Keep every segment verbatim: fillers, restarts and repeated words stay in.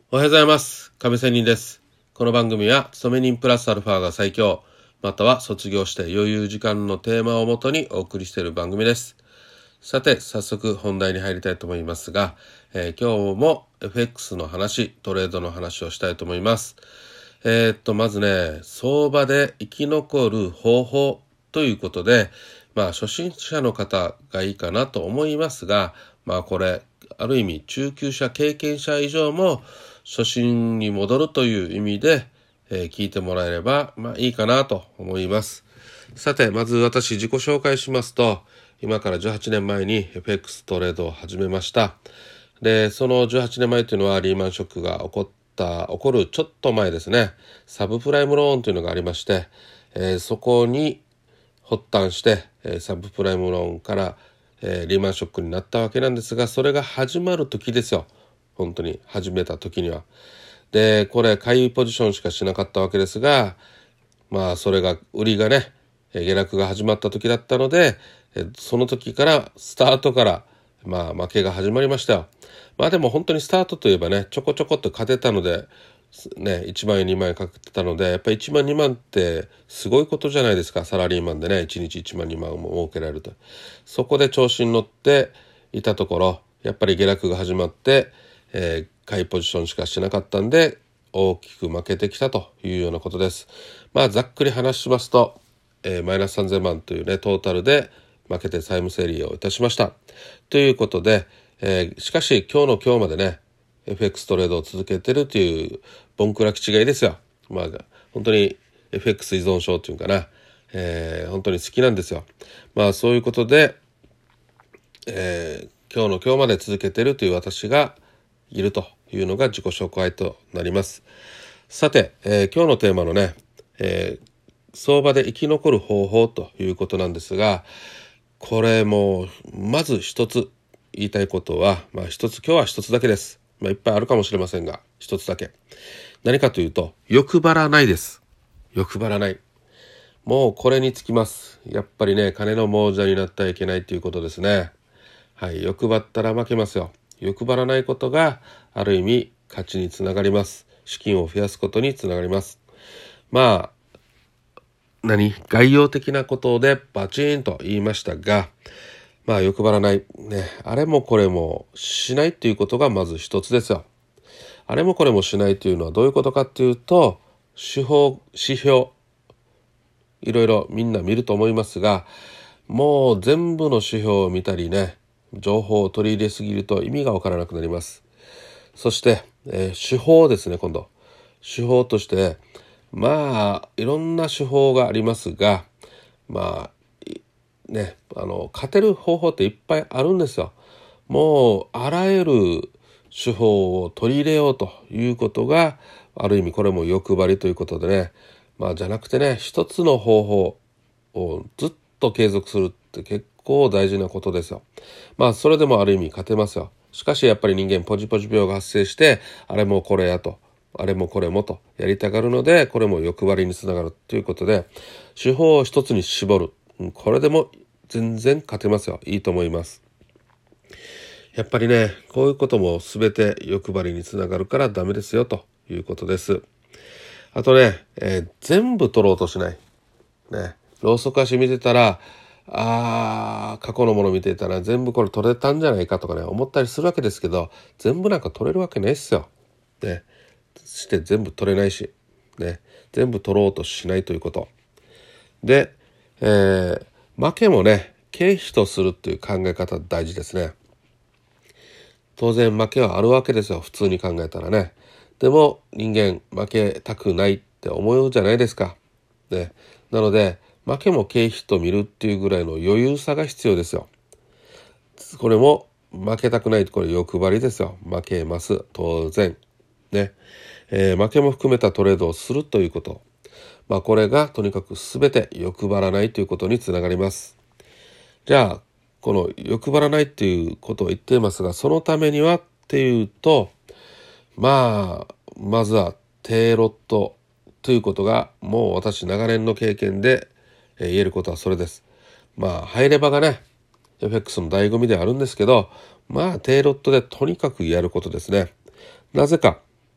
おはようございます。亀仙人です。この番組は勤め人プラスアルファが最強、または卒業して余裕時間のテーマをもとにお送りしている番組です。さて早速本題に入りたいと思いますが、えー、今日も エフエックス の話、トレードの話をしたいと思います。えー、っとまずね、相場で生き残る方法ということで、まあ初心者の方がいいかなと思いますが、まあこれある意味中級者経験者以上も初心に戻るという意味で、えー、聞いてもらえればまあいいかなと思います。さてまず私自己紹介しますと、今からじゅうはちねんまえに エフエックス トレードを始めました。でそのじゅうはちねんまえというのはリーマンショックが起こった起こるちょっと前ですね。サブプライムローンというのがありまして、えー、そこに発端して、えー、サブプライムローンから、えー、リーマンショックになったわけなんですが、それが始まる時ですよ。本当に始めた時には。でこれ買いポジションしかしなかったわけですが、まあそれが売りがね下落が始まった時だったので、その時からスタートからまあ負けが始まりましたよ。まあでも本当にスタートといえばね、ちょこちょこっと勝てたのでね、いちまんえんにまんえんかけてたので、やっぱりいちまんにまんってすごいことじゃないですか。サラリーマンでねいちにちいちまんにまんも儲けられると。そこで調子に乗っていたところ、やっぱり下落が始まって、えー、買いポジションしかしなかったんで大きく負けてきたというようなことです。まあざっくり話しますと、えー、マイナスさんぜんまんというねトータルで負けて債務整理をいたしましたということで、えー、しかし今日の今日までね エフエックス トレードを続けてるというボンクラ気違いですよ。まあ本当に エフエックス 依存症っていうかな、えー、本当に好きなんですよ。まあそういうことで、えー、今日の今日まで続けてるという私がいるというのが自己紹介となります。さて、えー、今日のテーマのね、えー、相場で生き残る方法ということなんですが、これもまず一つ言いたいことは、まあ一つ今日は一つだけです。まあいっぱいあるかもしれませんが、一つだけ。何かというと、欲張らないです。欲張らない。もうこれにつきます。やっぱりね、金の亡者になってはいけないということですね。はい、欲張ったら負けますよ。欲張らないことがある意味勝ちにつながります。資金を増やすことにつながります。まあ何概要的なことでバチーンと言いましたが、まあ欲張らないね、あれもこれもしないということがまず一つですよ。あれもこれもしないというのはどういうことかっていうと、手法指標いろいろみんな見ると思いますが、もう全部の指標を見たりね、情報を取り入れすぎると意味がわからなくなります。そして、えー、手法ですね。今度手法としてまあいろんな手法がありますが、まあねあの勝てる方法っていっぱいあるんですよ。もうあらゆる手法を取り入れようということがある意味これも欲張りということでね、まあじゃなくてね、一つの方法をずっと継続するって結構大事なことですよ。まあそれでもある意味勝てますよ。しかしやっぱり人間ポジポジ病が発生して、あれもこれやとあれもこれもとやりたがるので、これも欲張りにつながるということで、手法を一つに絞る、これでも全然勝てますよ。いいと思います。やっぱりね、こういうことも全て欲張りにつながるからダメですよということです。あとね、えー、全部取ろうとしないね。ローソク足見てたら、あー過去のもの見てたら全部これ取れたんじゃないかとかね思ったりするわけですけど、全部なんか取れるわけないっすよ。ね、して全部取れないし、ね、全部取ろうとしないということで、えー、負けもね経費とするっていう考え方大事ですね。当然負けはあるわけですよ、普通に考えたらね。でも人間負けたくないって思うじゃないですか、ね、なので負けも経費と見るっていうぐらいの余裕さが必要ですよ。これも負けたくない、これ欲張りですよ。負けます当然ね、えー、負けも含めたトレードをするということ、まあこれがとにかく全て欲張らないということにつながります。じゃあこの欲張らないっていうことを言っていますが、そのためにはっていうと、まあまずは低ロットということがもう私長年の経験で言えることはそれです。まあ入れ場がね エフエックス の醍醐味ではあるんですけど、まあ低ロットでとにかくやることですね。なぜか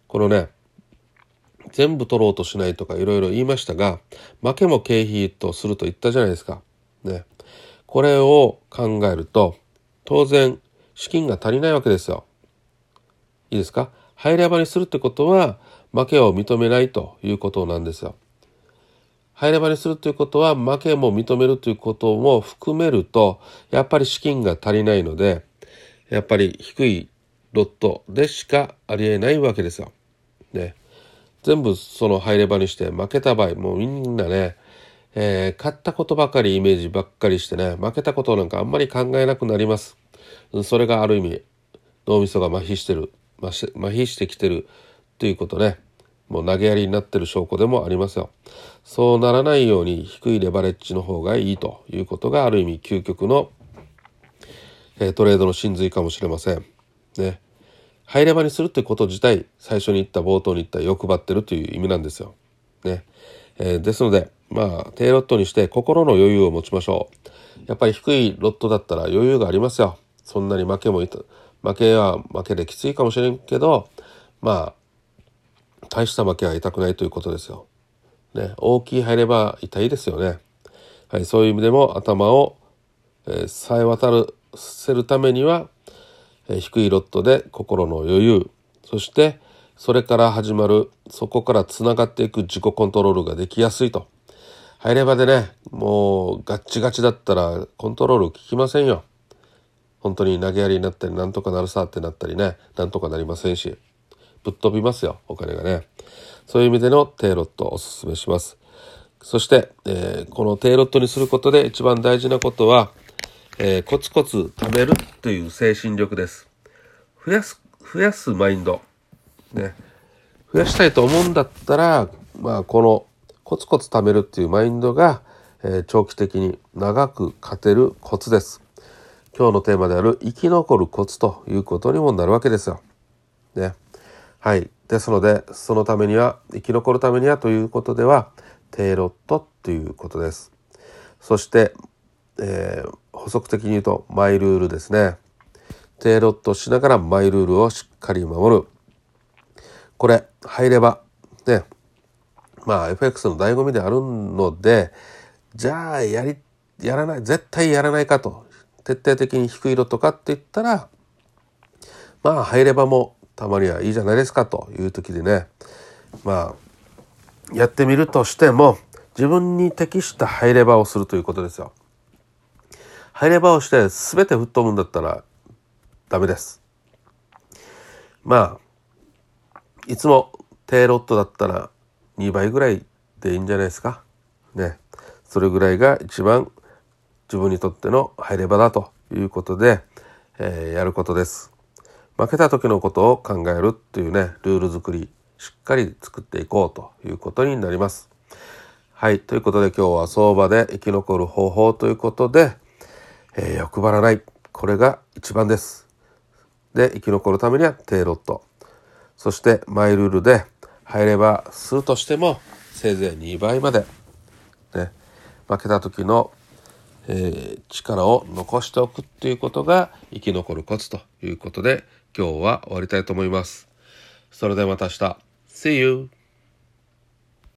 このね、全部取ろうとしないとかいろいろ言いましたが、負けも経費とすると言ったじゃないですか。ね。これを考えると、当然資金が足りないわけですよ。いいですか？入れ歯にするってことは負けを認めないということなんですよ。入れ歯にするということは負けも認めるということも含めると、やっぱり資金が足りないので、やっぱり低いロットでしかありえないわけですよ。ね。全部その入れ歯にして負けた場合、もうみんなね、えー、勝ったことばかりイメージばっかりしてね、負けたことなんかあんまり考えなくなります。それがある意味脳みそが麻痺してる麻痺してきてるということね、もう投げやりになってる証拠でもありますよ。そうならないように低いレバレッジの方がいいということがある意味究極の、えー、トレードの真髄かもしれませんね。入れ歯にするってこと自体、最初に言った冒頭に言った欲張ってるという意味なんですよ。ね。えー、ですので、まあ、低ロットにして心の余裕を持ちましょう。やっぱり低いロットだったら余裕がありますよ。そんなに負けもいた、負けは負けできついかもしれんけど、まあ、大した負けは痛くないということですよ。ね。大きい入れば痛いですよね。はい、そういう意味でも頭を、えー、さえ渡らせるためには、低いロットで心の余裕、そしてそれから始まる、そこからつながっていく自己コントロールができやすいと。入れ歯でね、もうガッチガチだったらコントロール効きませんよ。本当に投げやりになったり、なんとかなるさってなったりね、なんとかなりませんし、ぶっ飛びますよ、お金がね。そういう意味での低ロットをおすすめします。そして、えー、この低ロットにすることで一番大事なことは、えー、コツコツ貯めるという精神力です。増やす、増やすマインド。ね。増やしたいと思うんだったら、まあ、このコツコツ貯めるっていうマインドが、えー、長期的に長く勝てるコツです。今日のテーマである生き残るコツということにもなるわけですよ。ね。はい。ですので、そのためには、生き残るためにはということでは、低ロットということです。そして、えー、補足的に言うとマイルールですね。低ロットしながらマイルールをしっかり守る。これ入ればね、まあ エフエックス の醍醐味であるので、じゃあやりやらない絶対やらないかと、徹底的に低いロットかって言ったら、まあ入ればもたまにはいいじゃないですかという時でね、まあやってみるとしても自分に適した入れ歯をするということですよ。入れ歯をして全て吹っ飛ぶんだったらダメです。まあいつも低ロットだったらにばいぐらいでいいんじゃないですかね。それぐらいが一番自分にとっての入れ歯だということで、えー、やることです。負けた時のことを考えるっていうね、ルール作りしっかり作っていこうということになります。はい、ということで今日は相場で生き残る方法ということで、えー、欲張らない、これが一番です。で、生き残るためには低ロット、そしてマイルールで入れば数としてもせいぜいにばいまで、ね、負けた時の、えー、力を残しておくっていうことが生き残るコツということで、今日は終わりたいと思います。それではまた明日。See you!